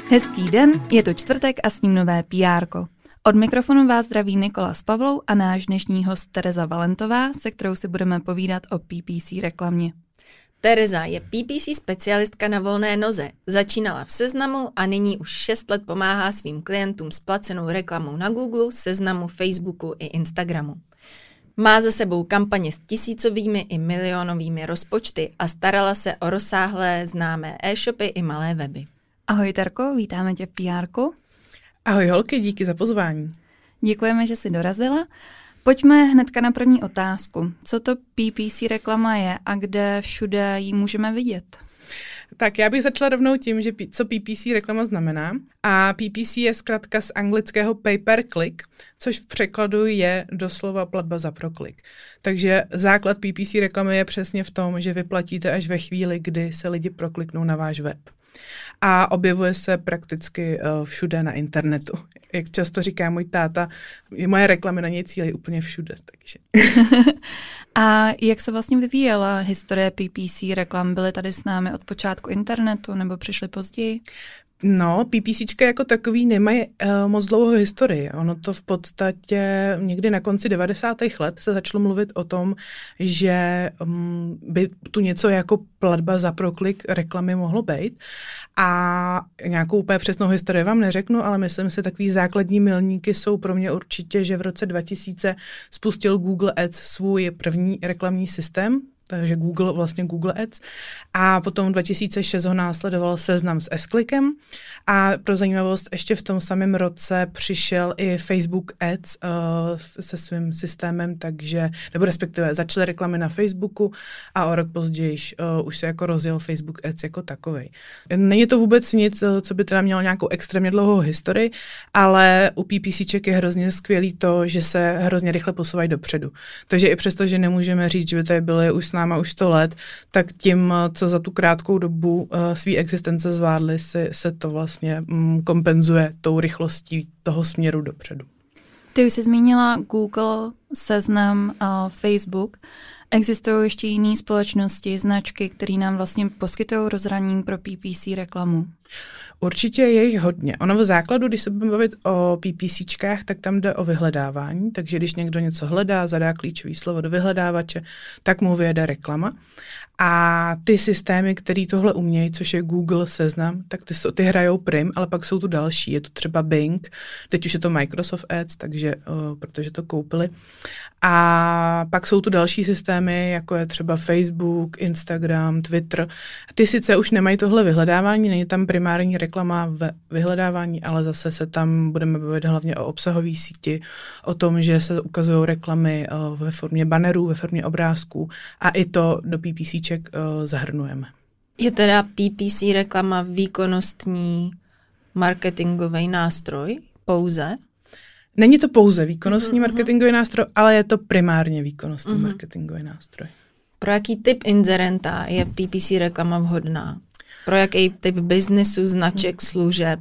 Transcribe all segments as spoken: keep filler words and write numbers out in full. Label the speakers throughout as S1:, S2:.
S1: Hezký den, je to čtvrtek a s ním nové P R ko. Od mikrofonu vás zdraví Nikola s Pavlou a náš dnešní host Tereza Valentová, se kterou si budeme povídat o P P C reklamě.
S2: Tereza je P P C specialistka na volné noze. Začínala v Seznamu a nyní už šest let pomáhá svým klientům s placenou reklamou na Google, Seznamu, Facebooku i Instagramu. Má za sebou kampaně s tisícovými i milionovými rozpočty a starala se o rozsáhlé známé e-shopy i malé weby.
S1: Ahoj Terko, vítáme tě v P R ku.
S3: Ahoj holky, díky za pozvání.
S1: Děkujeme, že jsi dorazila. Pojďme hnedka na první otázku. Co to P P C reklama je a kde všude ji můžeme vidět?
S3: Tak já bych začala rovnou tím, že co P P C reklama znamená. A P P C je zkratka z anglického pay per click, což v překladu je doslova platba za proklik. Takže základ P P C reklamy je přesně v tom, že vyplatíte až ve chvíli, kdy se lidi prokliknou na váš web. A objevuje se prakticky uh, všude na internetu. Jak často říká můj táta, moje reklamy na něj cílí úplně všude. Takže.
S1: A jak se vlastně vyvíjela historie P P C reklam? Byly tady s námi od počátku internetu nebo přišly později?
S3: No, PPCčka jako takový nemají uh, moc dlouhou historii. Ono to v podstatě někdy na konci devadesátých let se začalo mluvit o tom, že um, by tu něco jako platba za proklik reklamy mohlo být. A nějakou úplně přesnou historii vám neřeknu, ale myslím si, takový základní milníky jsou pro mě určitě, že v roce dva tisíce spustil Google Ads svůj první reklamní systém, takže Google, vlastně Google Ads. A potom v dva tisíce šest ho následoval Seznam s S-klikem. A pro zajímavost ještě v tom samém roce přišel i Facebook Ads uh, se svým systémem, takže, nebo respektive začaly reklamy na Facebooku a o rok později uh, už se jako rozjel Facebook Ads jako takovej. Není to vůbec nic, co by teda mělo nějakou extrémně dlouhou historii, ale u PPCček je hrozně skvělý to, že se hrozně rychle posouvají dopředu. Takže i přesto, že nemůžeme říct, že by tady byly už s náma už sto let, tak tím, co za tu krátkou dobu uh, svý existence zvládli, si, se to vlastně um, kompenzuje tou rychlostí toho směru dopředu.
S1: Ty už jsi zmínila Google, Seznam a Facebook. Existují ještě jiné společnosti, značky, které nám vlastně poskytují rozhraní pro P P C reklamu?
S3: Určitě je jich hodně. Ono v základu, když se budeme bavit o PPCčkách, tak tam jde o vyhledávání, takže když někdo něco hledá, zadá klíčové slovo do vyhledávače, tak mu vyjede reklama. A ty systémy, který tohle umějí, což je Google, Seznam, tak ty, ty hrajou prim, ale pak jsou tu další. Je to třeba Bing, teď už je to Microsoft Ads, takže, uh, protože to koupili. A pak jsou tu další systémy, jako je třeba Facebook, Instagram, Twitter. Ty sice už nemají tohle vyhledávání, není tam primární reklama ve vyhledávání, ale zase se tam budeme bavit hlavně o obsahové síti, o tom, že se ukazují reklamy uh, ve formě bannerů, ve formě obrázků a i to do PPCček uh, zahrnujeme.
S2: Je teda P P C reklama výkonnostní marketingový nástroj pouze?
S3: Není to pouze výkonnostní uh-huh. marketingový nástroj, ale je to primárně výkonnostní uh-huh. marketingový nástroj.
S2: Pro jaký typ inzerenta je P P C reklama vhodná? Pro jaký typ biznesu, značek, služeb?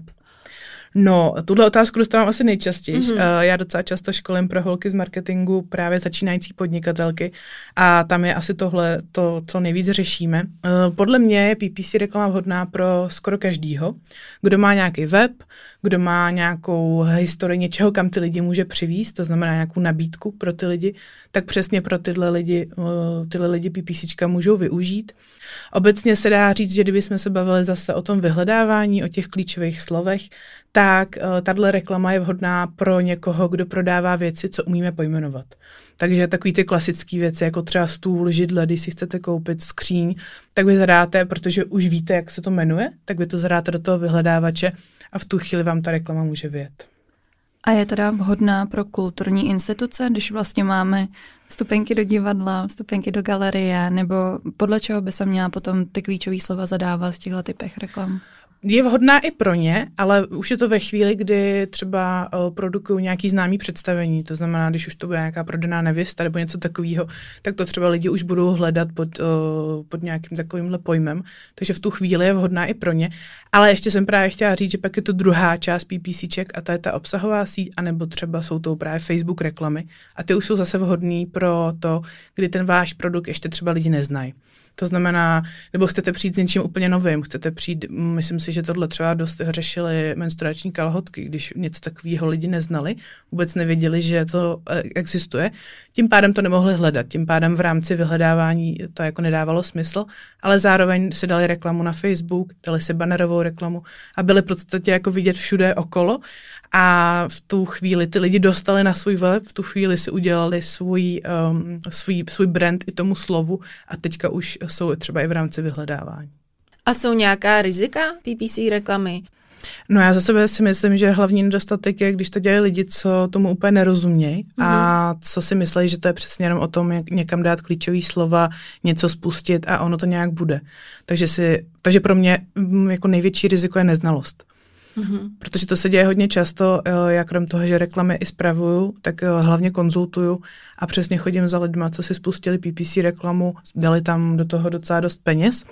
S3: No, tuhle otázku dostávám asi nejčastěji.
S2: Mm-hmm.
S3: Já docela často školím pro holky z marketingu právě začínající podnikatelky a tam je asi tohle to, co nejvíc řešíme. Podle mě je P P C reklama vhodná pro skoro každýho, kdo má nějaký web, kdo má nějakou historii něčeho, kam ty lidi může přivést, to znamená nějakou nabídku pro ty lidi, tak přesně pro tyhle lidi, tyhle lidi PPCčka můžou využít. Obecně se dá říct, že kdybychom se bavili zase o tom vyhledávání, o těch klíčových slovech, tak uh, tahle reklama je vhodná pro někoho, kdo prodává věci, co umíme pojmenovat. Takže takový ty klasické věci, jako třeba stůl, židle, když si chcete koupit skříň, tak vy zadáte, protože už víte, jak se to jmenuje, tak vy to zadáte do toho vyhledávače a v tu chvíli vám ta reklama může vyjet.
S1: A je teda vhodná pro kulturní instituce, když vlastně máme vstupenky do divadla, vstupenky do galerie, nebo podle čeho by se měla potom ty klíčové slova zadávat v těchto typech reklam?
S3: Je vhodná i pro ně, ale už je to ve chvíli, kdy třeba uh, produkují nějaký známý představení, to znamená, když už to bude nějaká prodaná nevěsta nebo něco takového, tak to třeba lidi už budou hledat pod, uh, pod nějakým takovýmhle pojmem, takže v tu chvíli je vhodná i pro ně, ale ještě jsem právě chtěla říct, že pak je to druhá část PPCček a to je ta obsahová síť, anebo třeba jsou to právě Facebook reklamy a ty už jsou zase vhodný pro to, kdy ten váš produkt ještě třeba lidi neznají. To znamená, nebo chcete přijít s něčím úplně novým, chcete přijít, myslím si, že tohle třeba dost řešili menstruační kalhotky, když něco takového lidi neznali, vůbec nevěděli, že to existuje, tím pádem to nemohli hledat, tím pádem v rámci vyhledávání to jako nedávalo smysl, ale zároveň si dali reklamu na Facebook, dali si bannerovou reklamu a byli v podstatě jako vidět všude okolo a v tu chvíli ty lidi dostali na svůj web, v tu chvíli si udělali svůj, um, svůj, svůj brand i tomu slovu a teďka už jsou třeba i v rámci vyhledávání.
S2: A jsou nějaká rizika P P C reklamy?
S3: No já za sebe si myslím, že hlavní nedostatek je, když to dělají lidi, co tomu úplně nerozumějí mm-hmm. a co si myslí, že to je přesně jenom o tom, jak někam dát klíčový slova, něco spustit a ono to nějak bude. Takže, si, takže pro mě jako největší riziko je neznalost. Mm-hmm. Protože to se děje hodně často, já krom toho, že reklamy i spravuju, tak hlavně konzultuju a přesně chodím za lidma, co si spustili P P C reklamu, dali tam do toho docela dost peněz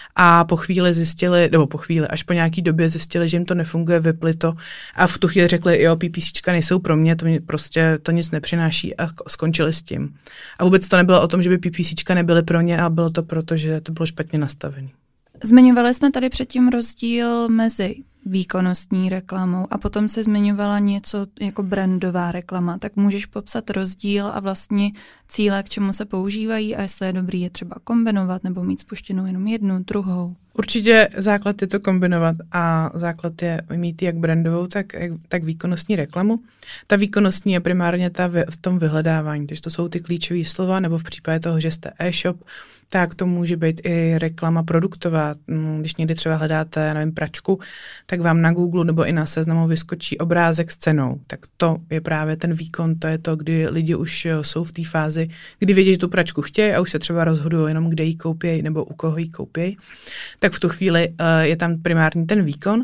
S3: a po chvíli zjistili, nebo po chvíli, až po nějaký době zjistili, že jim to nefunguje, vypli to a v tu chvíli řekli, jo, PPCčka nejsou pro mě, to mě prostě to nic nepřináší a skončili s tím. A vůbec to nebylo o tom, že by PPCčka nebyly pro ně, a bylo to proto, že to bylo špatně nastavené.
S1: Zmiňovali jsme tady předtím rozdíl mezi výkonnostní reklamou a potom se zmiňovala něco jako brandová reklama. Tak můžeš popsat rozdíl a vlastně cíle, k čemu se používají a jestli je dobrý je třeba kombinovat nebo mít spuštěnou jenom jednu, druhou?
S3: Určitě základ je to kombinovat a základ je mít jak brandovou, tak, tak výkonnostní reklamu. Ta výkonnostní je primárně ta v, v tom vyhledávání, takže to jsou ty klíčové slova, nebo v případě toho, že jste e-shop, tak to může být i reklama produktová. Když někdy třeba hledáte, nevím, pračku, tak vám na Google nebo i na Seznamu vyskočí obrázek s cenou. Tak to je právě ten výkon, to je to, kdy lidi už jsou v té fázi, kdy vědí, že tu pračku chtějí a už se třeba rozhodují jenom, kde ji koupějí nebo u koho ji koupějí. Tak v tu chvíli uh, je tam primární ten výkon.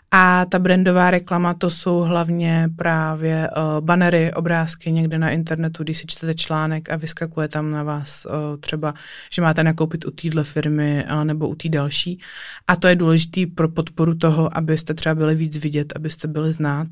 S3: A ta brandová reklama, to jsou hlavně právě uh, bannery, obrázky někde na internetu, když si čtete článek a vyskakuje tam na vás uh, třeba, že máte nakoupit u téhle firmy uh, nebo u té další. A to je důležité pro podporu toho, abyste třeba byli víc vidět, abyste byli znát.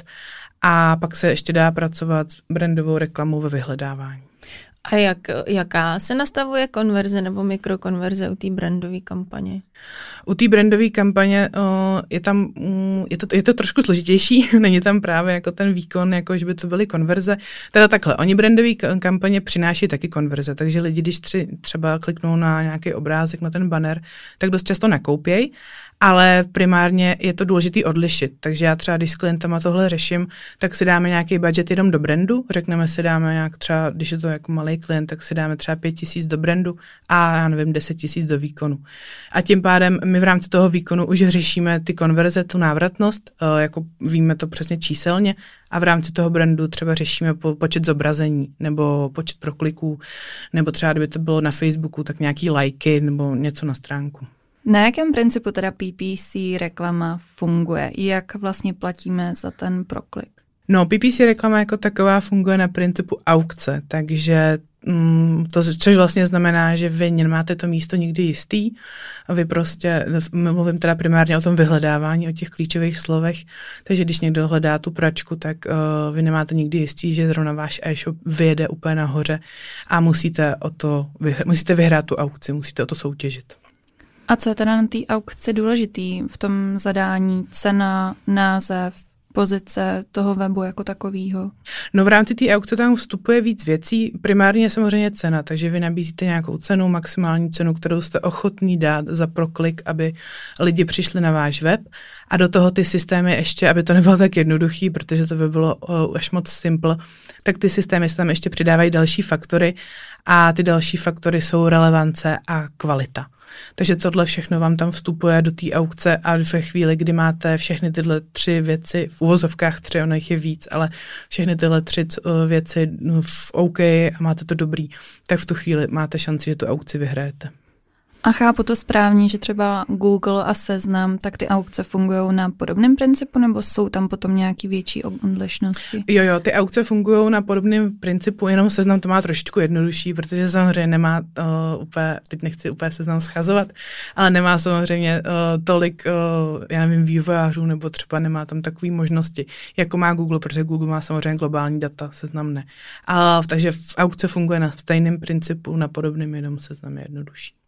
S3: A pak se ještě dá pracovat s brandovou reklamou ve vyhledávání.
S2: A jak, jaká se nastavuje konverze nebo mikrokonverze u té brandové kampaně?
S3: U té brandové kampaně o, je tam, je to, je to trošku složitější, není tam právě jako ten výkon, jako že by to byly konverze. Teda takhle, oni brandové kampaně přináší taky konverze, takže lidi, když tři, třeba kliknou na nějaký obrázek, na ten banner, tak dost často nakoupějí, ale primárně je to důležité odlišit. Takže já třeba, když s klientama tohle řeším, tak si dáme nějaký budget jenom do brandu, řekneme si dáme nějak třeba, když je to jako malý klient, tak si dáme třeba pět tisíc do brandu a já nevím, deset tisíc do výkonu. A tím pádem my v rámci toho výkonu už řešíme ty konverze, tu návratnost, jako víme to přesně číselně a v rámci toho brandu třeba řešíme po, počet zobrazení nebo počet prokliků, nebo třeba kdyby to bylo na Facebooku, tak nějaký lajky nebo něco na stránku.
S1: Na jakém principu teda P P C reklama funguje? Jak vlastně platíme za ten proklik?
S3: No, P P C reklama jako taková funguje na principu aukce, takže mm, to, což vlastně znamená, že vy nemáte to místo nikdy jistý. Vy prostě, mluvím teda primárně o tom vyhledávání, o těch klíčových slovech, takže když někdo hledá tu pračku, tak uh, vy nemáte nikdy jistý, že zrovna váš e-shop vyjede úplně nahoře a musíte, o to, vyhr- musíte vyhrát tu aukci, musíte o to soutěžit.
S1: A co je teda na té aukci důležitý v tom zadání? Cena, název, pozice toho webu jako takového?
S3: No v rámci té aukce tam vstupuje víc věcí, primárně samozřejmě cena, takže vy nabízíte nějakou cenu, maximální cenu, kterou jste ochotní dát za proklik, aby lidi přišli na váš web a do toho ty systémy ještě, aby to nebylo tak jednoduchý, protože to by bylo uh, až moc simple, tak ty systémy se tam ještě přidávají další faktory a ty další faktory jsou relevance a kvalita. Takže tohle všechno vám tam vstupuje do té aukce a ve chvíli, kdy máte všechny tyhle tři věci, v uvozovkách tři, ono jich je víc, ale všechny tyhle tři věci v OK a máte to dobrý, tak v tu chvíli máte šanci, že tu aukci vyhrajete.
S1: A chápu to správně, že třeba Google a Seznam, tak ty aukce fungují na podobném principu, nebo jsou tam potom nějaký větší odlišnosti?
S3: Jo, jo, ty aukce fungují na podobném principu, jenom Seznam to má trošičku jednodušší, protože samozřejmě nemá uh, úplně, teď nechci úplně Seznam schazovat, ale nemá samozřejmě uh, tolik, uh, já nevím, vývojářů, nebo třeba nemá tam takové možnosti, jako má Google, protože Google má samozřejmě globální data, Seznam ne. A, takže v aukce funguje na stejném principu, na podobném, jenom Seznam je jednodušší.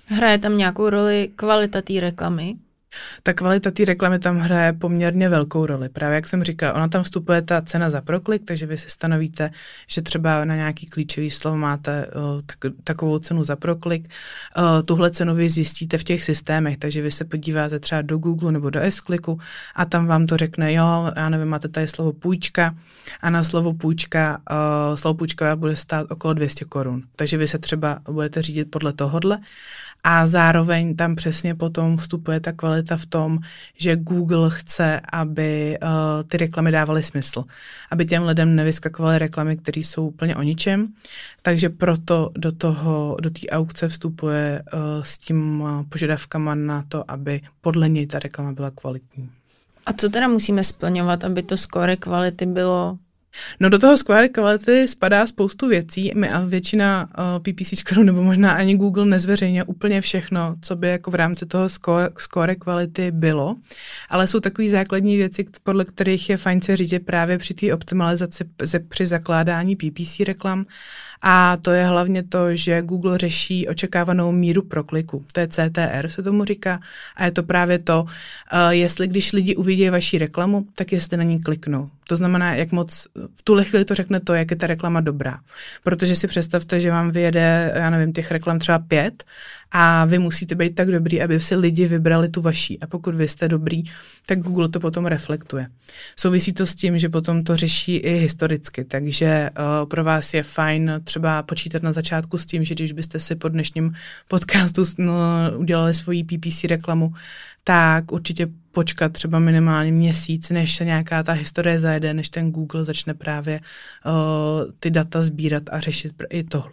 S2: Hraje tam nějakou roli kvalita té reklamy?
S3: Ta kvalita té reklamy tam hraje poměrně velkou roli. Právě jak jsem říkala, ona tam vstupuje ta cena za proklik, takže vy si stanovíte, že třeba na nějaký klíčový slovo máte uh, tak, takovou cenu za proklik. Uh, tuhle cenu vy zjistíte v těch systémech, takže vy se podíváte třeba do Google nebo do S-Clicku a tam vám to řekne, jo, já nevím, máte tady slovo půjčka a na slovo půjčka, uh, slovo půjčka bude stát okolo dvě stě korun. Takže vy se třeba budete řídit podle tohodle. A zároveň tam přesně potom vstupuje ta kvalita v tom, že Google chce, aby uh, ty reklamy dávaly smysl. Aby těm lidem nevyskakovaly reklamy, které jsou úplně o ničem. Takže proto do toho, do té aukce vstupuje uh, s tím uh, požadavkama na to, aby podle něj ta reklama byla kvalitní.
S2: A co teda musíme splňovat, aby to score kvality bylo?
S3: No do toho square kvality spadá spoustu věcí my a většina uh, PPCčkarů nebo možná ani Google nezveřejňuje úplně všechno, co by jako v rámci toho score, score kvality bylo, ale jsou takové základní věci, podle kterých je fajn se řídit právě při té optimalizaci při zakládání P P C reklam. A to je hlavně to, že Google řeší očekávanou míru prokliku. To je C T R, se tomu říká. A je to právě to, uh, jestli když lidi uvidí vaši reklamu, tak jestli na ní kliknou. To znamená, jak moc v tuhle chvíli to řekne to, jak je ta reklama dobrá. Protože si představte, že vám vyjede, já nevím, těch reklam třeba pět a vy musíte být tak dobrý, aby si lidi vybrali tu vaší. A pokud vy jste dobrý, tak Google to potom reflektuje. Souvisí to s tím, že potom to řeší i historicky. Takže uh, pro vás je fajn třeba počítat na začátku s tím, že když byste si po dnešním podcastu no, udělali svoji P P C reklamu, tak určitě počkat třeba minimálně měsíc, než se nějaká ta historie zajede, než ten Google začne právě uh, ty data sbírat a řešit i tohle.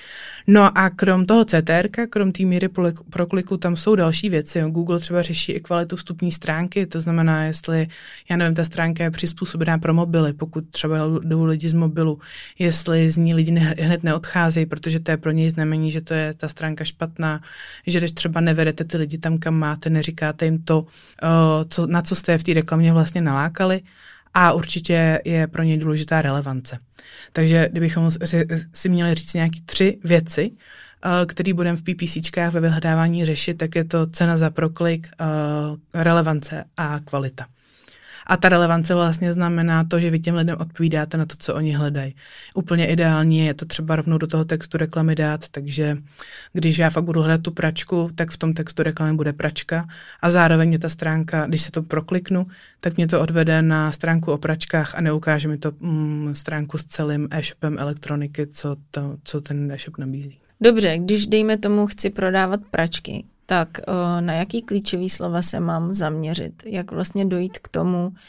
S3: No a krom toho C T R ka, krom té míry prokliku, tam jsou další věci. Google třeba řeší i kvalitu vstupní stránky, to znamená, jestli, já nevím, ta stránka je přizpůsobená pro mobily, pokud třeba jdou lidi z mobilu, jestli z ní lidi ne, hned neodcházejí, protože to je pro něj znamení, že to je ta stránka špatná, že když třeba nevedete ty lidi tam, kam máte, neříkáte jim to, co, na co jste v té reklamě vlastně nalákali. A určitě je pro něj důležitá relevance. Takže kdybychom si měli říct nějaké tři věci, které budeme v PPCčkách ve vyhledávání řešit, tak je to cena za proklik, relevance a kvalita. A ta relevance vlastně znamená to, že vy těm lidem odpovídáte na to, co oni hledají. Úplně ideální je to třeba rovnou do toho textu reklamy dát, takže když já fakt budu hledat tu pračku, tak v tom textu reklamy bude pračka a zároveň mě ta stránka, když se to prokliknu, tak mě to odvede na stránku o pračkách a neukáže mi to mm, stránku s celým e-shopem elektroniky, co, to, co ten e-shop nabízí.
S2: Dobře, když dejme tomu chci prodávat pračky, tak o, na jaký klíčový slova se mám zaměřit? Jak vlastně dojít k tomu, o,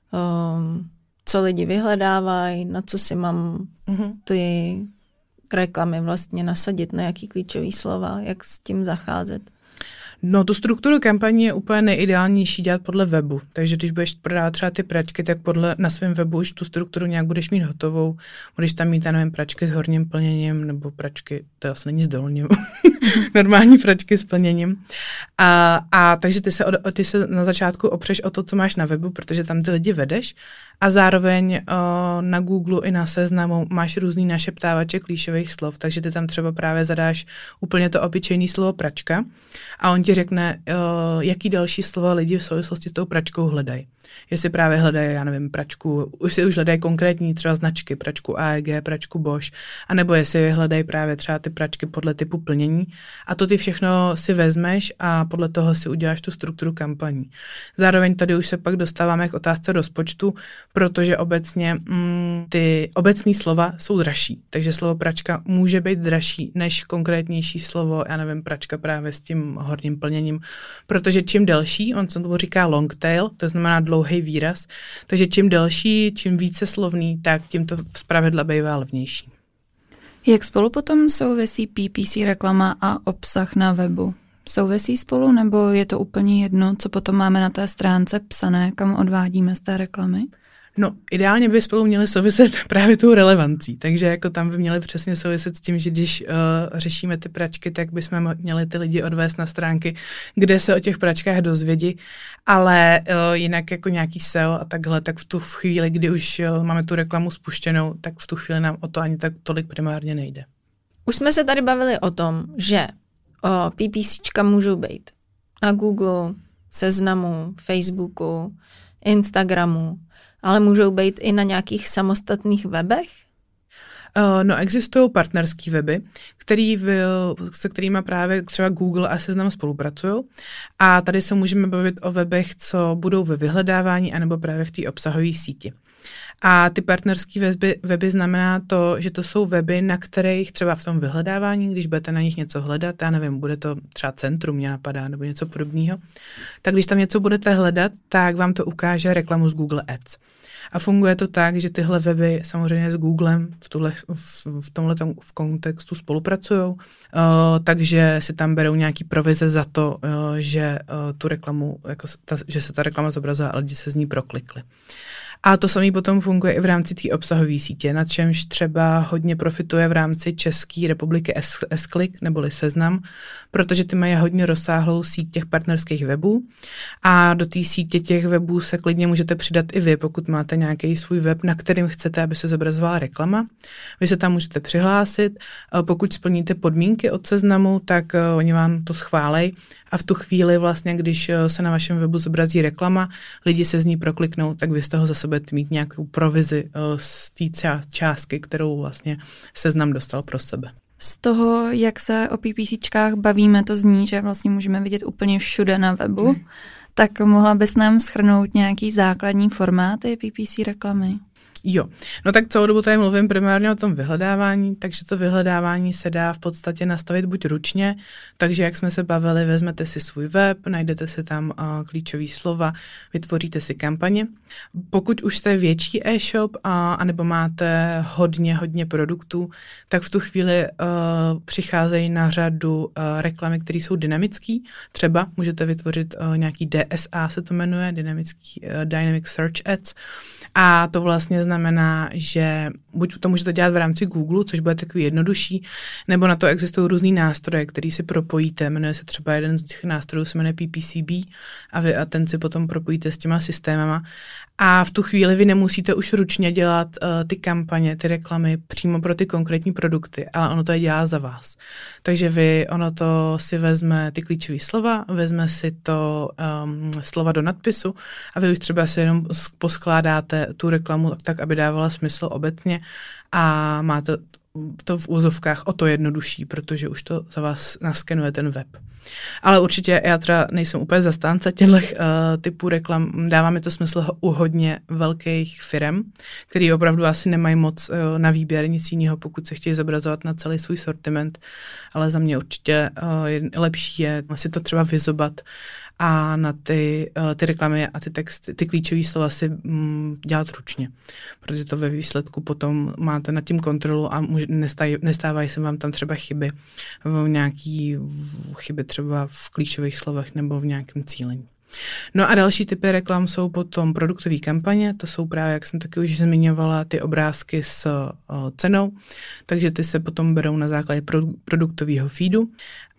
S2: co lidi vyhledávají, na co si mám ty reklamy vlastně nasadit, na jaký klíčový slova, jak s tím zacházet?
S3: No, tu strukturu kampaní je úplně nejideálnější dělat podle webu. Takže když budeš prodávat třeba ty pračky, tak podle na svém webu už tu strukturu nějak budeš mít hotovou. Budeš tam mít, já nevím, pračky s horním plněním, nebo pračky, to asi není s dolním, normální pračky s plněním. A, a takže ty se, od, ty se na začátku opřeš o to, co máš na webu, protože tam ty lidi vedeš. A zároveň o, na Google i na Seznamu máš různý našeptávače klíčových slov, takže ty tam třeba právě zadáš úplně to obyčejné slovo pračka a on ti řekne, o, jaký další slova lidi v souvislosti s tou pračkou hledají. Jestli právě hledají, já nevím, pračku, už si už hledají konkrétní třeba značky, pračku A E G, pračku Bosch, anebo jestli hledají právě třeba ty pračky podle typu plnění. A to ty všechno si vezmeš a podle toho si uděláš tu strukturu kampaní. Zároveň tady už se pak dostáváme k otázce rozpočtu, protože obecně mm, ty obecní slova jsou dražší. Takže slovo pračka může být dražší než konkrétnější slovo, já nevím, pračka právě s tím horním plněním, protože čím delší, on se tomu říká long tail, to znamená dlouhý výraz, takže čím delší, čím více slovný, tak tím to zpravidla bývá levnější.
S1: Jak spolu potom souvisí P P C reklama a obsah na webu? Souvisí spolu, nebo je to úplně jedno, co potom máme na té stránce psané, kam odvádíme z té reklamy?
S3: No, ideálně by spolu měly souviset právě tou relevancí, takže jako tam by měly přesně souviset s tím, že když uh, řešíme ty pračky, tak bychom měli ty lidi odvést na stránky, kde se o těch pračkách dozvědí, ale uh, jinak jako nějaký S E O a takhle, tak v tu chvíli, kdy už uh, máme tu reklamu spuštěnou, tak v tu chvíli nám o to ani tak tolik primárně nejde.
S2: Už jsme se tady bavili o tom, že O, PPCčka můžou být na Google, Seznamu, Facebooku, Instagramu, ale můžou být i na nějakých samostatných webech?
S3: No, existují partnerský weby, který v, se kterými právě třeba Google a Seznam spolupracují. A tady se můžeme bavit o webech, co budou ve vyhledávání anebo právě v té obsahové síti. A ty partnerské weby, weby znamená to, že to jsou weby, na kterých třeba v tom vyhledávání, když budete na nich něco hledat, já nevím, bude to třeba Centrum, mě napadá, nebo něco podobného, tak když tam něco budete hledat, tak vám to ukáže reklamu z Google Ads. A funguje to tak, že tyhle weby samozřejmě s Googlem v, tuhle, v, v tomhletom v kontextu spolupracují, uh, takže si tam berou nějaký provize za to, uh, že uh, tu reklamu, jako ta, že se ta reklama zobrazila a lidi se z ní proklikli. A to samé potom funguje i v rámci té obsahové sítě, nad čemž třeba hodně profituje v rámci České republiky S-Click neboli Seznam, protože ty mají hodně rozsáhlou síť těch partnerských webů a do té sítě těch webů se klidně můžete přidat i vy, pokud máte nějaký svůj web, na kterým chcete, aby se zobrazovala reklama. Vy se tam můžete přihlásit, pokud splníte podmínky od Seznamu, tak oni vám to schválej a v tu chvíli vlastně, když se na vašem webu zobrazí reklama, lidi se z ní prokliknou, tak vy z toho zase budete mít nějakou provizi z té částky, kterou vlastně Seznam dostal pro sebe.
S1: Z toho, jak se o PPCčkách bavíme, to zní, že vlastně můžeme vidět úplně všude na webu. Hmm. Tak mohla bys nám shrnout nějaký základní formáty P P C reklamy?
S3: Jo, no tak celou dobu tady mluvím primárně o tom vyhledávání, takže to vyhledávání se dá v podstatě nastavit buď ručně, takže jak jsme se bavili, vezmete si svůj web, najdete si tam uh, klíčové slova, vytvoříte si kampaně. Pokud už jste větší e-shop a, anebo máte hodně, hodně produktů, tak v tu chvíli uh, přicházejí na řadu uh, reklamy, které jsou dynamické. Třeba můžete vytvořit uh, nějaký D S A, se to jmenuje, dynamický, uh, Dynamic Search Ads, a to vlastně znamená, že buď to můžete dělat v rámci Google, což bude takový jednodušší, nebo na to existují různý nástroje, který si propojíte. Jmenuje se třeba jeden z těch nástrojů, se jmenuje P P C B a vy a ten si potom propojíte s těma systémama. A v tu chvíli vy nemusíte už ručně dělat uh, ty kampaně, ty reklamy přímo pro ty konkrétní produkty, ale ono to je dělá za vás. Takže vy, ono to si vezme ty klíčové slova, vezme si to um, slova do nadpisu a vy už třeba si jenom poskládáte tu reklamu tak, aby dávala smysl obecně a máte to v úzovkách o to jednodušší, protože už to za vás naskenuje ten web. Ale určitě já teda nejsem úplně zastánce těchto uh, typů reklam. Dává mi to smysl u hodně velkých firem, který opravdu asi nemají moc uh, na výběr nic jiného, pokud se chtějí zobrazovat na celý svůj sortiment. Ale za mě určitě uh, je, lepší je si to třeba vyzobat a na ty, uh, ty reklamy a ty texty, ty klíčové slova si um, dělat ručně. Protože to ve výsledku potom máte nad tím kontrolu a může, nestávají, nestávají se vám tam třeba chyby v nějaký v chyby třeba v klíčových slovech nebo v nějakém cílení. No a další typy reklam jsou potom produktové kampaně, to jsou právě, jak jsem taky už zmiňovala, ty obrázky s uh, cenou, takže ty se potom berou na základě pro, produktového feedu,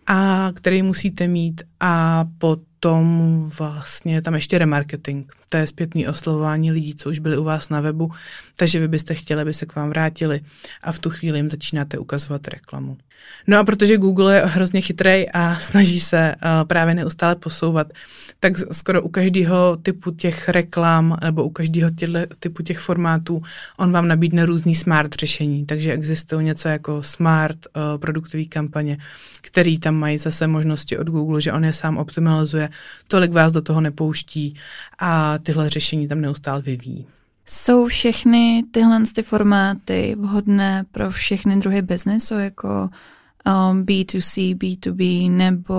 S3: a který musíte mít a potom vlastně tam ještě remarketing. To je zpětný oslovování lidí, co už byli u vás na webu, takže vy byste chtěli, aby se k vám vrátili a v tu chvíli jim začínáte ukazovat reklamu. No a protože Google je hrozně chytrej a snaží se uh, právě neustále posouvat, tak skoro u každého typu těch reklam nebo u každého typu těch formátů on vám nabídne různý smart řešení, takže existují něco jako smart uh, produktové kampaně, který tam mají zase možnosti od Google, že on je sám optimalizuje, tolik vás do toho nepouští a tyhle řešení tam neustále vyvíjí.
S1: Jsou všechny tyhle ty formáty vhodné pro všechny druhy biznesu, jako um, B to C, B to B, nebo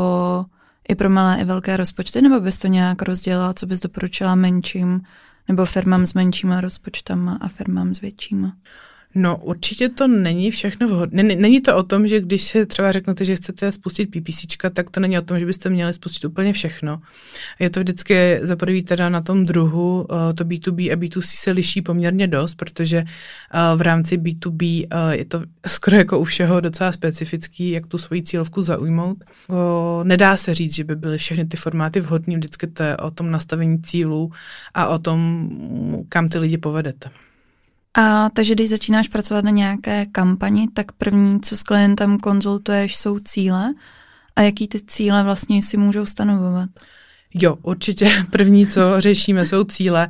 S1: i pro malé i velké rozpočty, nebo bys to nějak rozdělala, co bys doporučila menším, nebo firmám s menšíma rozpočtama a firmám s většíma?
S3: No určitě to není všechno vhodné. Není, není to o tom, že když si třeba řeknete, že chcete spustit PPCčka, tak to není o tom, že byste měli spustit úplně všechno. Je to vždycky za prvý teda na tom druhu, to B to B a B to C se liší poměrně dost, protože v rámci B to B je to skoro jako u všeho docela specifický, jak tu svoji cílovku zaujmout. Nedá se říct, že by byly všechny ty formáty vhodné, vždycky to je o tom nastavení cílů a o tom, kam ty lidi povedete.
S1: A takže když začínáš pracovat na nějaké kampani, tak první, co s klientem konzultuješ, jsou cíle. A jaký ty cíle vlastně si můžou stanovovat?
S3: Jo, určitě první, co řešíme, jsou cíle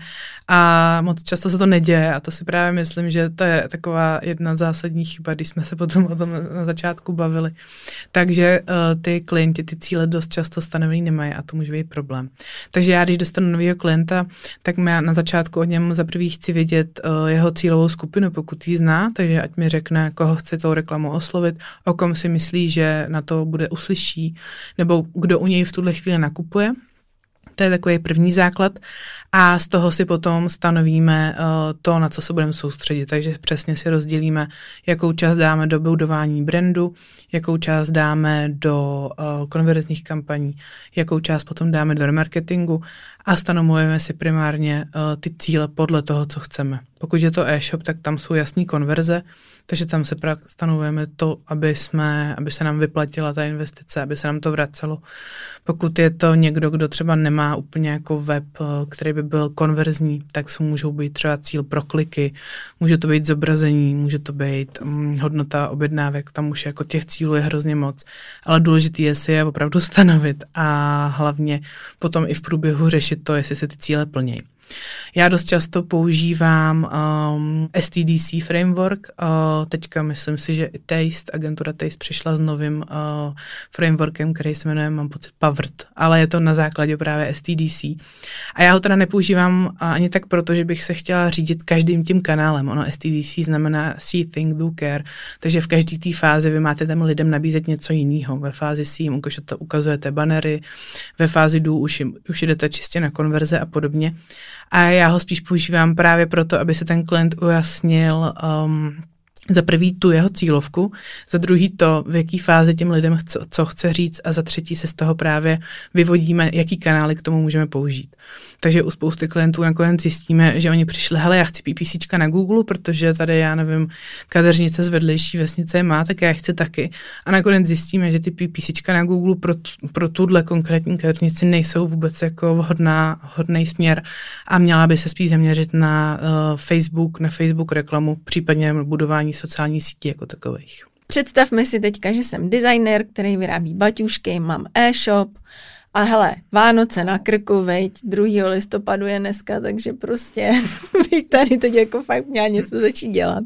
S3: a moc často se to neděje a to si právě myslím, že to je taková jedna zásadní chyba, když jsme se potom o tom na začátku bavili. Takže uh, ty klienti ty cíle dost často stanovený nemají a to může být problém. Takže já, když dostanu nového klienta, tak já na začátku o něm za prvý chci vědět uh, jeho cílovou skupinu, pokud ji zná, takže ať mi řekne, koho chce tou reklamou oslovit, o kom si myslí, že na to bude uslyší, nebo kdo u něj v tuhle chvíli nakupuje. To je takový první základ a z toho si potom stanovíme uh, to, na co se budeme soustředit. Takže přesně si rozdělíme, jakou část dáme do budování brandu, jakou část dáme do uh, konverzních kampaní, jakou část potom dáme do remarketingu a stanovujeme si primárně uh, ty cíle podle toho, co chceme. Pokud je to e-shop, tak tam jsou jasný konverze, takže tam se stanovujeme to, aby, jsme, aby se nám vyplatila ta investice, aby se nám to vracelo. Pokud je to někdo, kdo třeba nemá úplně jako web, který by byl konverzní, tak jsou můžou být třeba cíl pro kliky, může to být zobrazení, může to být hm, hodnota objednávek, tam už jako těch cílů je hrozně moc, ale důležité je si je opravdu stanovit a hlavně potom i v průběhu řešit to, jestli se ty cíle plnějí. Já dost často používám um, S T D C framework, uh, teďka myslím si, že i Taste, agentura Taste přišla s novým uh, frameworkem, který se jmenuje, mám pocit, Powered, ale je to na základě právě S T D C. A já ho teda nepoužívám uh, ani tak proto, že bych se chtěla řídit každým tím kanálem. Ono S T D C znamená See, Think, Do, Care, takže v každé té fázi vy máte těm lidem nabízet něco jiného. Ve fázi See jim ukazujete banery, ve fázi Do už, jim, už jdete čistě na konverze a podobně. A já ho spíš používám právě proto, aby se ten klient ujasnil um, za prvý tu jeho cílovku, za druhý to, v jaký fázi těm lidem chce, co chce říct a za třetí se z toho právě vyvodíme, jaký kanály k tomu můžeme použít. Takže u spousty klientů nakonec zjistíme, že oni přišli, hele, já chci PPCčka na Google, protože tady, já nevím, kadeřnice z vedlejší vesnice je má, tak já chci taky. A nakonec zjistíme, že ty PPCčka na Google pro, pro tuhle konkrétní kadeřnici nejsou vůbec jako vhodná, vhodný směr a měla by se spíš zaměřit na uh, Facebook, na Facebook reklamu, případně budování sociální sítí jako takových.
S2: Představme si teďka, že jsem designer, který vyrábí baťušky, mám e-shop a hele, Vánoce na krku, veď, druhého listopadu je dneska, takže prostě bych tady teď jako fakt měla něco začít dělat.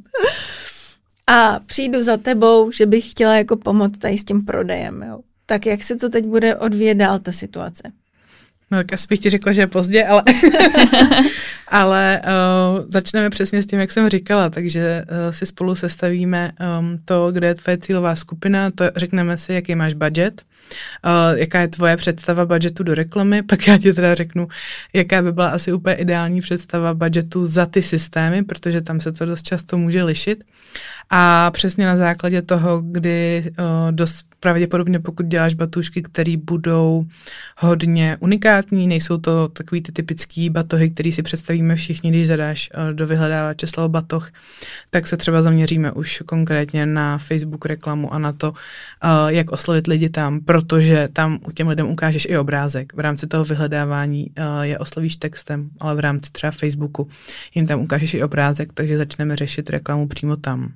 S2: A přijdu za tebou, že bych chtěla jako pomoct tady s tím prodejem, jo. Tak jak se to teď bude odvíjet dál ta situace?
S3: No tak asi bych ti řekla, že je pozdě, ale, ale uh, začneme přesně s tím, jak jsem říkala, takže uh, si spolu sestavíme um, to, kde je tvoje cílová skupina, to řekneme si, jaký máš budget, uh, jaká je tvoje představa budgetu do reklamy, pak já ti teda řeknu, jaká by byla asi úplně ideální představa budgetu za ty systémy, protože tam se to dost často může lišit. A přesně na základě toho, kdy uh, dost pravděpodobně, pokud děláš batušky, které budou hodně unikátní, nejsou to takový ty typický batohy, který si představíme všichni, když zadáš uh, do vyhledávače slovo batoh, tak se třeba zaměříme už konkrétně na Facebook reklamu a na to, uh, jak oslovit lidi tam, protože tam u těm lidem ukážeš i obrázek. V rámci toho vyhledávání uh, je oslovíš textem, ale v rámci třeba Facebooku jim tam ukážeš i obrázek, takže začneme řešit reklamu přímo tam.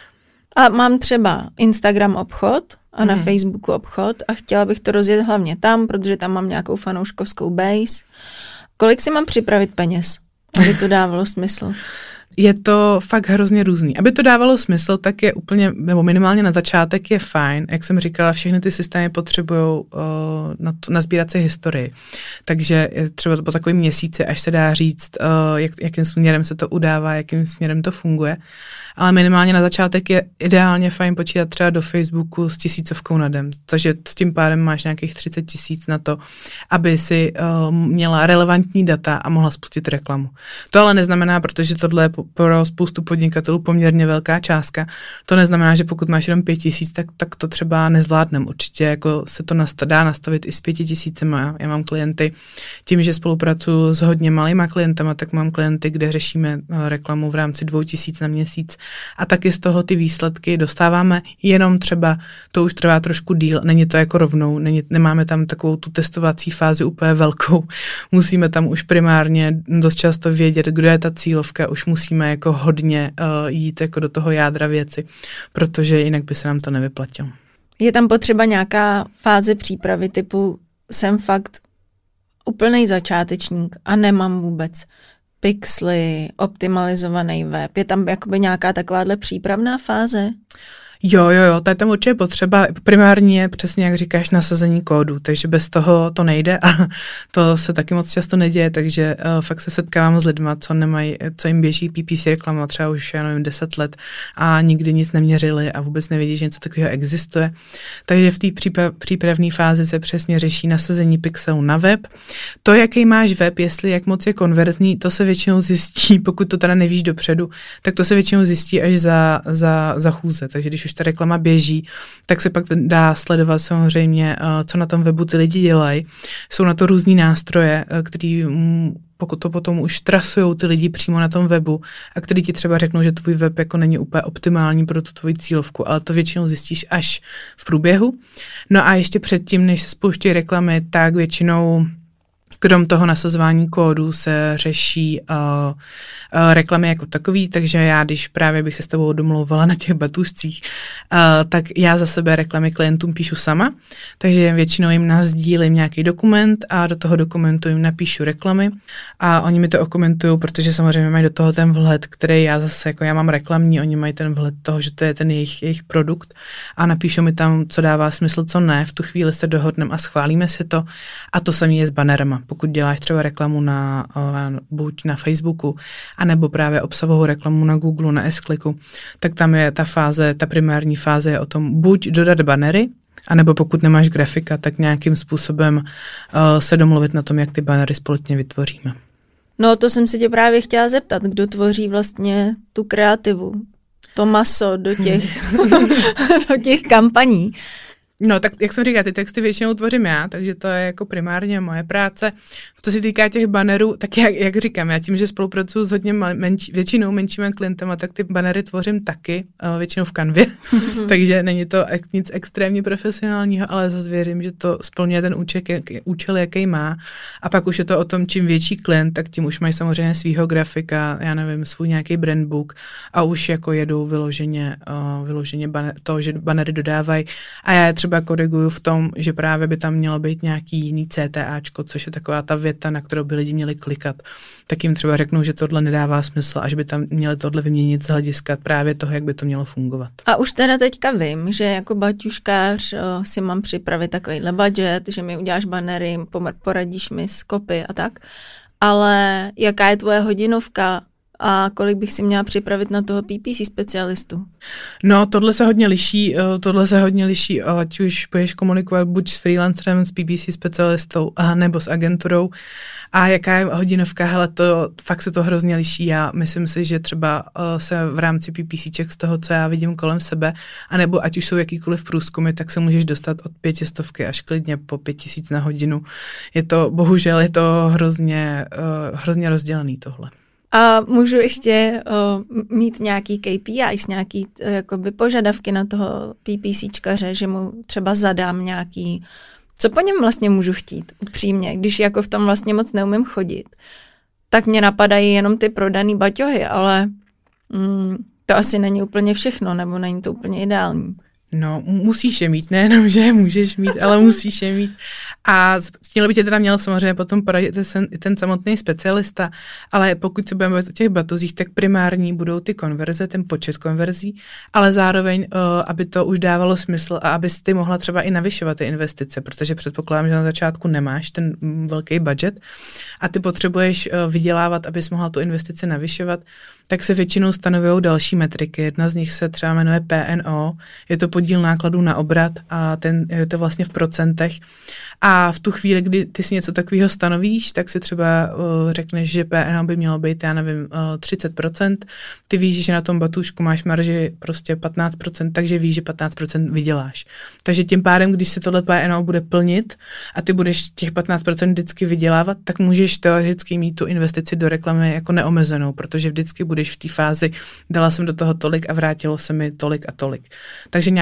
S2: A mám třeba Instagram obchod a na mm. Facebooku obchod a chtěla bych to rozjet hlavně tam, protože tam mám nějakou fanouškovskou base. Kolik si mám připravit peněz, aby to dávalo smysl?
S3: Je to fakt hrozně různý. Aby to dávalo smysl, tak je úplně, nebo minimálně na začátek je fajn. Jak jsem říkala, všechny ty systémy potřebují uh, na nazbírat si historii. Takže je třeba po takovým měsíci, až se dá říct, uh, jak, jakým směrem se to udává, jakým směrem to funguje. Ale minimálně na začátek je ideálně fajn počítat třeba do Facebooku s tisícovkou na den. Takže s tím pádem máš nějakých třicet tisíc na to, aby si uh, měla relevantní data a mohla spustit reklamu. To ale neznamená, protože tohle je pro spoustu podnikatelů poměrně velká částka. To neznamená, že pokud máš jenom pět tisíc, tak, tak to třeba nezvládnem. Určitě jako se to nast- dá nastavit i s pěti tisícema. Já mám klienty, tím, že spolupracuji s hodně malýma klientama, tak mám klienty, kde řešíme reklamu v rámci dvou tisíc na měsíc a taky z toho ty výsledky dostáváme, jenom třeba to už trvá trošku díl, není to jako rovnou, není, nemáme tam takovou tu testovací fázi úplně velkou. Musíme tam už primárně dost často vědět, kdo je ta cílovka, už musíme jako hodně uh, jít jako do toho jádra věci, protože jinak by se nám to nevyplatilo.
S2: Je tam potřeba nějaká fáze přípravy typu jsem fakt úplnej začátečník a nemám vůbec pixely, optimalizovaný web. Je tam jakoby nějaká takováhle přípravná fáze?
S3: Jo, jo, jo, to je tam určitě potřeba. Primární je přesně, jak říkáš, nasazení kódu, takže bez toho to nejde a to se taky moc často neděje, takže uh, fakt se setkávám s lidma, co nemají, co jim běží P P C reklama třeba už, já nevím, deset let a nikdy nic neměřili a vůbec nevědí, že něco takového existuje. Takže v té příprav, přípravné fázi se přesně řeší nasazení pixelů na web. To, jaký máš web, jestli jak moc je konverzní, to se většinou zjistí, pokud to teda nevíš dopředu, tak to se většinou zjistí až za, za, za chůze, takže když už ta reklama běží, tak se pak dá sledovat samozřejmě, co na tom webu ty lidi dělají. Jsou na to různý nástroje, který pokud to potom už trasujou ty lidi přímo na tom webu a který ti třeba řeknou, že tvůj web jako není úplně optimální pro tu tvoji cílovku, ale to většinou zjistíš až v průběhu. No a ještě předtím, než se spouští reklamy, tak většinou krom toho nasazování kódu se řeší uh, uh, reklamy jako takový, takže já, když právě bych se s tebou domlouvala na těch batušcích, uh, tak já za sebe reklamy klientům píšu sama, takže většinou jim nasdílím nějaký dokument a do toho dokumentu jim napíšu reklamy a oni mi to okomentují, protože samozřejmě mají do toho ten vhled, který já zase, jako já mám reklamní, oni mají ten vhled toho, že to je ten jejich, jejich produkt a napíšou mi tam, co dává smysl, co ne, v tu chvíli se dohodneme a schválíme si to a to samé je s banerama. Pokud děláš třeba reklamu na, buď na Facebooku, anebo právě obsahovou reklamu na Google, na S-Clicku, tak tam je ta fáze, ta primární fáze je o tom buď dodat banery, anebo pokud nemáš grafika, tak nějakým způsobem uh, se domluvit na tom, jak ty banery společně vytvoříme.
S2: No to jsem se tě právě chtěla zeptat, kdo tvoří vlastně tu kreativu, to maso do těch, do těch kampaní.
S3: No, tak jak jsem říkala, ty texty většinou tvořím já, takže to je jako primárně moje práce. Co se týká těch banerů, tak jak, jak říkám, já tím, že spolupracuju s hodně menší, většinou menšími klientama, tak ty banery tvořím taky, většinou v Canvě, mm-hmm. takže není to nic extrémně profesionálního, ale zase věřím, že to splňuje ten účel, účel, jaký má. A pak už je to o tom, čím větší klient, tak tím už mají samozřejmě svýho grafika, já nevím, svůj nějaký brandbook a už jako jedou vyloženě, uh, vyloženě baner, to, že banery dodávají. A já je třeba koriguju v tom, že právě by tam mělo být nějaký jiný CTAčko, což je taková ta věta, na kterou by lidi měli klikat. Tak jim třeba řeknou, že tohle nedává smysl a že by tam měli tohle vyměnit z hlediska právě toho, jak by to mělo fungovat.
S2: A už teda teďka vím, že jako baťuškář o, si mám připravit takovýhle budget, že mi uděláš banery, poradíš mi s copy a tak, ale jaká je tvoje hodinovka a kolik bych si měla připravit na toho P P C specialistu?
S3: No, tohle se hodně liší, tohle se hodně liší, ať už budeš komunikovat buď s freelancerem, s P P C specialistou, nebo s agenturou. A jaká je hodinovka? Hele, to fakt se to hrozně liší. Já myslím si, že třeba se v rámci PPCček z toho, co já vidím kolem sebe, anebo ať už jsou jakýkoliv průzkumy, tak se můžeš dostat od pětistovky až klidně po pět tisíc na hodinu. Je to, bohužel, je to hrozně, hrozně rozdělený tohle.
S2: A můžu ještě uh, mít nějaký K P Is, nějaký uh, jakoby požadavky na toho PPCčkaře, že mu třeba zadám nějaký, co po něm vlastně můžu chtít, upřímně, když jako v tom vlastně moc neumím chodit, tak mě napadají jenom ty prodaný baťohy, ale mm, to asi není úplně všechno, nebo není to úplně ideální.
S3: No, musíš je mít, nejenom, že je můžeš mít, ale musíš je mít. A s tím by tě teda měl samozřejmě potom poradit ten, ten samotný specialista, ale pokud se budeme bavit o těch batozích, tak primární budou ty konverze, ten počet konverzí, ale zároveň, uh, aby to už dávalo smysl a abys ty mohla třeba i navyšovat ty investice, protože předpokládám, že na začátku nemáš ten velký budget a ty potřebuješ uh, vydělávat, abys mohla tu investici navyšovat, tak se většinou stanovují další metriky. Jedna z nich se třeba jmenuje P N O, je to podíl nákladů na obrat a ten, je to vlastně v procentech. A v tu chvíli, kdy ty si něco takového stanovíš, tak si třeba uh, řekneš, že P N O by mělo být, já nevím, uh, třicet procent. Ty víš, že na tom batůžku máš marži prostě patnáct procent, takže víš, že patnáct procent vyděláš. Takže tím pádem, když se tohle P N O bude plnit a ty budeš těch patnáct procent vždycky vydělávat, tak můžeš teoreticky mít tu investici do reklamy jako neomezenou, protože vždycky budeš v té fázi, dala jsem do toho tolik a vrátilo se mi tolik a tolik. Takže nějak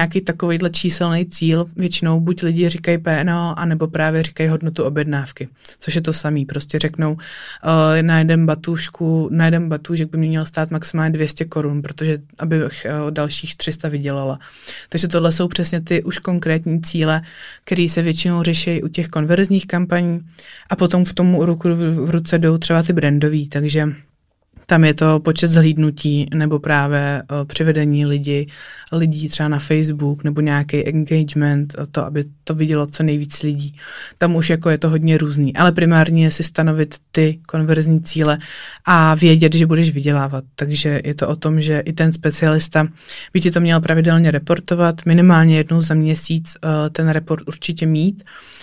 S3: nějaký takovejhle číselný cíl, většinou buď lidi říkají P N O, anebo právě říkají hodnotu objednávky, což je to samý. Prostě řeknou, uh, na jeden batůžku, na jeden batůžek by mě měl stát maximálně dvě stě korun, protože aby uh, dalších tři sta vydělala. Takže tohle jsou přesně ty už konkrétní cíle, které se většinou řeší u těch konverzních kampaní a potom v tomu ruku v ruce jdou třeba ty brandový, takže tam je to počet zhlídnutí nebo právě uh, přivedení lidí, lidí třeba na Facebook nebo nějaký engagement, to, aby to vidělo co nejvíc lidí. Tam už jako je to hodně různý, ale primárně je si stanovit ty konverzní cíle a vědět, že budeš vydělávat. Takže je to o tom, že i ten specialista by ti to měl pravidelně reportovat, minimálně jednou za měsíc uh, ten report určitě mít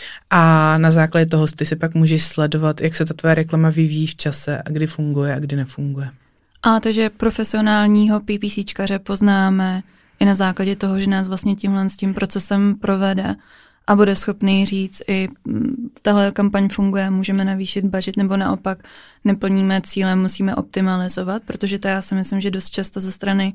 S3: a na základě toho ty si pak můžeš sledovat, jak se ta tvoje reklama vyvíjí v čase a kdy funguje a kdy nefunguje.
S1: A to, že profesionálního PPCčkaře poznáme i na základě toho, že nás vlastně tímhle s tím procesem provede a bude schopný říct i tahle kampaň funguje, můžeme navýšit budget nebo naopak neplníme cíle, musíme optimalizovat, protože to já si myslím, že dost často ze strany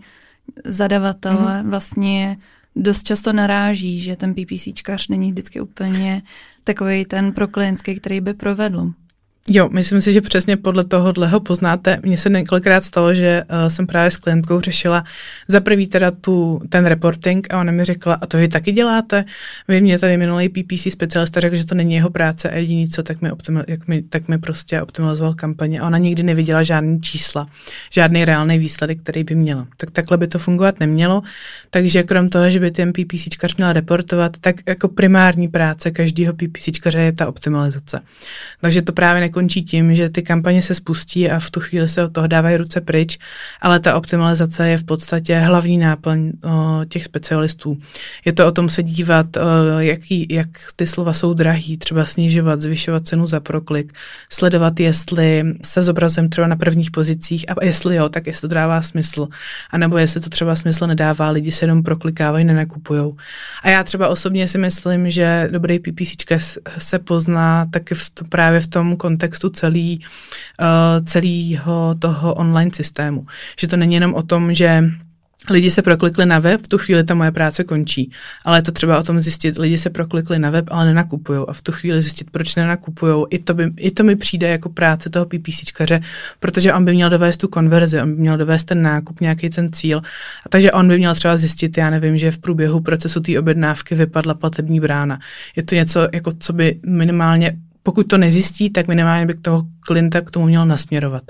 S1: zadavatele mm. vlastně dost často naráží, že ten PPCčkař není vždycky úplně takový ten pro klientský, který by provedl.
S3: Jo, myslím si, že přesně podle tohohle poznáte. Mně se několikrát stalo, že uh, jsem právě s klientkou řešila za prvý teda tu, ten reporting a ona mi řekla, a to vy taky děláte? Vy mě tady minulý P P C specialista řekl, že to není jeho práce a jediný co, tak mi, optimal, jak mi, tak mi prostě optimalizoval kampaně a ona nikdy neviděla žádný čísla, žádný reálný výsledek, který by měla. Tak takhle by to fungovat nemělo, takže krom toho, že by ten PPCčkař měl reportovat, tak jako primární práce každého PPCčkaře je ta optimalizace. Takže to právě nekončí tím, že ty kampaně se spustí a v tu chvíli se od toho dávají ruce pryč, ale ta optimalizace je v podstatě hlavní náplň o, těch specialistů. Je to o tom se dívat, o, jaký, jak ty slova jsou drahý, třeba snižovat, zvyšovat cenu za proklik, sledovat, jestli se zobrazem třeba na prvních pozicích a jestli jo, tak jestli to dává smysl, anebo jestli to třeba smysl nedává, lidi se jenom proklikávají, nenakupujou. A já třeba osobně si myslím, že dobrý PPCčka se pozná taky v, právě v tom kontextu celý, uh, celého toho online systému. Že to není jenom o tom, že lidi se proklikli na web, v tu chvíli ta moje práce končí. Ale je to třeba o tom zjistit, lidi se proklikli na web, ale nenakupujou a v tu chvíli zjistit, proč nenakupujou. I to, by, i to mi přijde jako práce toho PPCčkaře, protože on by měl dovést tu konverzi, on by měl dovést ten nákup, nějaký ten cíl. A takže on by měl třeba zjistit, já nevím, že v průběhu procesu té objednávky vypadla platební brána. Je to něco, jako co by minimálně, pokud to nezjistí, tak minimálně by k toho klienta k tomu měl nasměrovat.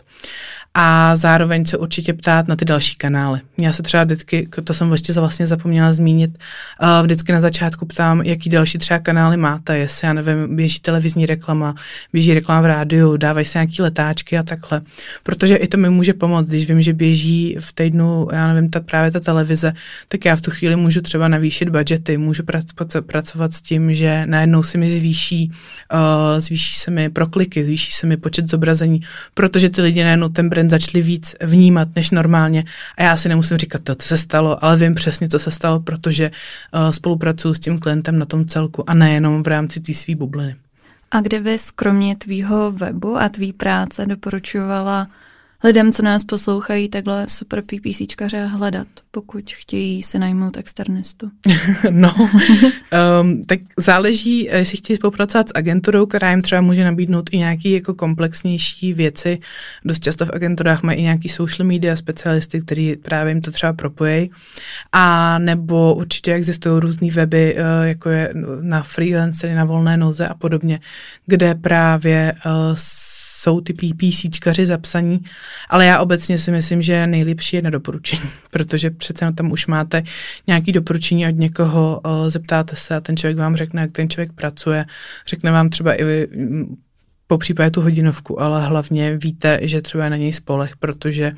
S3: A zároveň se určitě ptát na ty další kanály. Já se třeba vždycky, to jsem ještě vlastně zapomněla zmínit, vždycky na začátku ptám, jaký další třeba kanály máte, jestli, já nevím, běží televizní reklama, běží reklama v rádiu, dávají se nějaký letáčky a takhle. Protože i to mi může pomoct, když vím, že běží v týdnu, já nevím, ta, právě ta televize, tak já v tu chvíli můžu třeba navýšit budgety, můžu prac- pracovat s tím, že najednou se mi zvýší, uh, zvýší se mi prokliky, zvýší se mi počet zobrazení, protože ty lidi najednou ten brand začali víc vnímat než normálně a já si nemusím říkat, to, co se stalo, ale vím přesně, co se stalo, protože uh, spolupracuju s tím klientem na tom celku a nejenom v rámci té svý bubliny.
S1: A kde bys kromě tvýho webu a tvý práce doporučovala lidem, co nás poslouchají, takhle super PPCčkaře hledat, pokud chtějí se najmout externistu?
S3: No, um, tak záleží, jestli chtějí spolupracovat s agenturou, která jim třeba může nabídnout i nějaké jako komplexnější věci. Dost často v agenturách mají i nějaký social media specialisty, který právě jim to třeba propojí. A nebo určitě existují různý weby, jako je na freelancery, na volné noze a podobně, kde právě uh, jsou ty PPCčkaři zapsaní, ale já obecně si myslím, že nejlepší je na doporučení, protože přece tam už máte nějaké doporučení od někoho, zeptáte se a ten člověk vám řekne, jak ten člověk pracuje, řekne vám třeba i po případě tu hodinovku, ale hlavně víte, že třeba je na něj spoleh, protože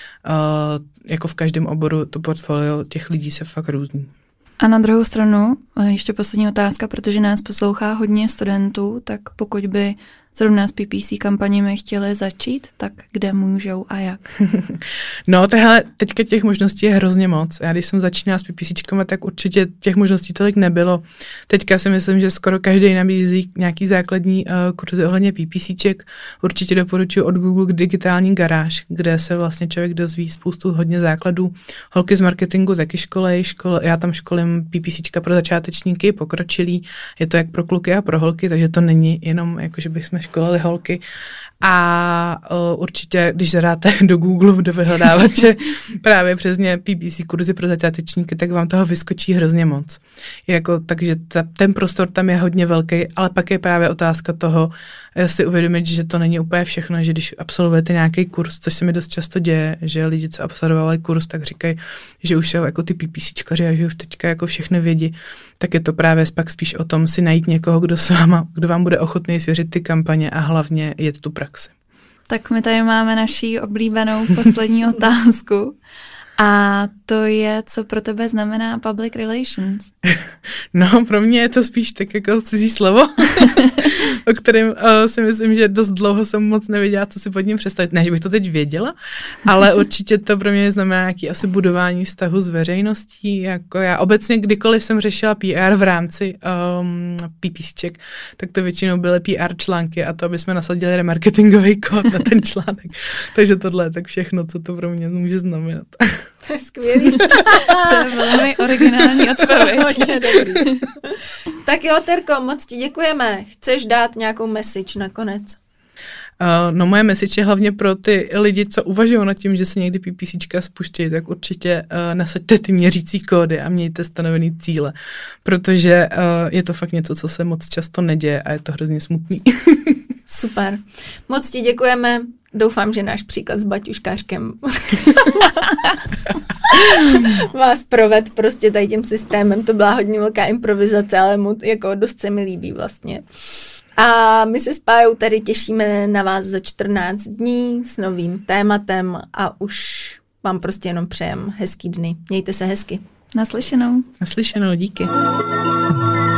S3: uh, jako v každém oboru to portfolio těch lidí se fakt různí.
S1: A na druhou stranu, ještě poslední otázka, protože nás poslouchá hodně studentů, tak pokud by zrovna s P P C kampaněmi chtěli začít, tak kde můžou a jak?
S3: No, tahle, teďka těch možností je hrozně moc. Já když jsem začínala s PPCčkama, tak určitě těch možností tolik nebylo. Teďka si myslím, že skoro každý nabízí nějaký základní uh, kurzy ohledně PPCček. Určitě doporučuji od Google digitální garáž, kde se vlastně člověk dozví spoustu hodně základů. Holky z marketingu taky školej, škol, já tam školím PPCčka pro začátečníky, pokročilí. Je to jak pro kluky a pro holky, takže to není jenom jako, že bychom školili holky. A uh, určitě, když zadáte do Google, do vyhledávače právě přesně P P C kurzy pro začátečníky, tak vám toho vyskočí hrozně moc. Jako, takže ta, ten prostor tam je hodně velký, ale pak je právě otázka toho, si uvědomit, že to není úplně všechno, že když absolvujete nějaký kurz, což se mi dost často děje, že lidi, co absolvovali kurz, tak říkají, že už jsou jako ty PPCčkaři a že už teďka jako všechny vědí, tak je to právě pak spíš o tom si najít někoho, kdo s váma, kdo vám bude ochotný svěřit ty kampaně a hlavně jet tu praxi.
S1: Tak my tady máme naši oblíbenou poslední otázku. A to je, co pro tebe znamená public relations?
S3: No, pro mě je to spíš tak jako cizí slovo, o kterém uh, si myslím, že dost dlouho jsem moc nevěděla, co si pod ním představit. Ne, že bych to teď věděla, ale určitě to pro mě znamená nějaký asi budování vztahu s veřejností. Jako já obecně, kdykoliv jsem řešila P R v rámci um, PPCček, tak to většinou byly P R články a to, aby jsme nasadili remarketingový kód na ten článek. Takže tohle je tak všechno, co to pro mě může znamenat.
S2: To je skvělý.
S1: To je velmi originální odpověď.
S2: Hodně dobrý. Tak jo, Terko, moc ti děkujeme. Chceš dát nějakou message nakonec?
S3: Uh, no moje message je hlavně pro ty lidi, co uvažují nad tím, že se někdy PPCčka spuští, tak určitě uh, nasaďte ty měřící kódy a mějte stanovený cíle, protože uh, je to fakt něco, co se moc často neděje a je to hrozně smutný.
S2: Super. Moc ti děkujeme. Doufám, že náš příklad s baťuškářkem vás proved prostě tady tím systémem. To byla hodně velká improvizace, ale mu jako dost se mi líbí vlastně. A my se s Pájou tady těšíme na vás za čtrnáct dní s novým tématem a už vám prostě jenom přejem hezký dny. Mějte se hezky.
S1: Naslyšenou.
S3: Naslyšenou, díky.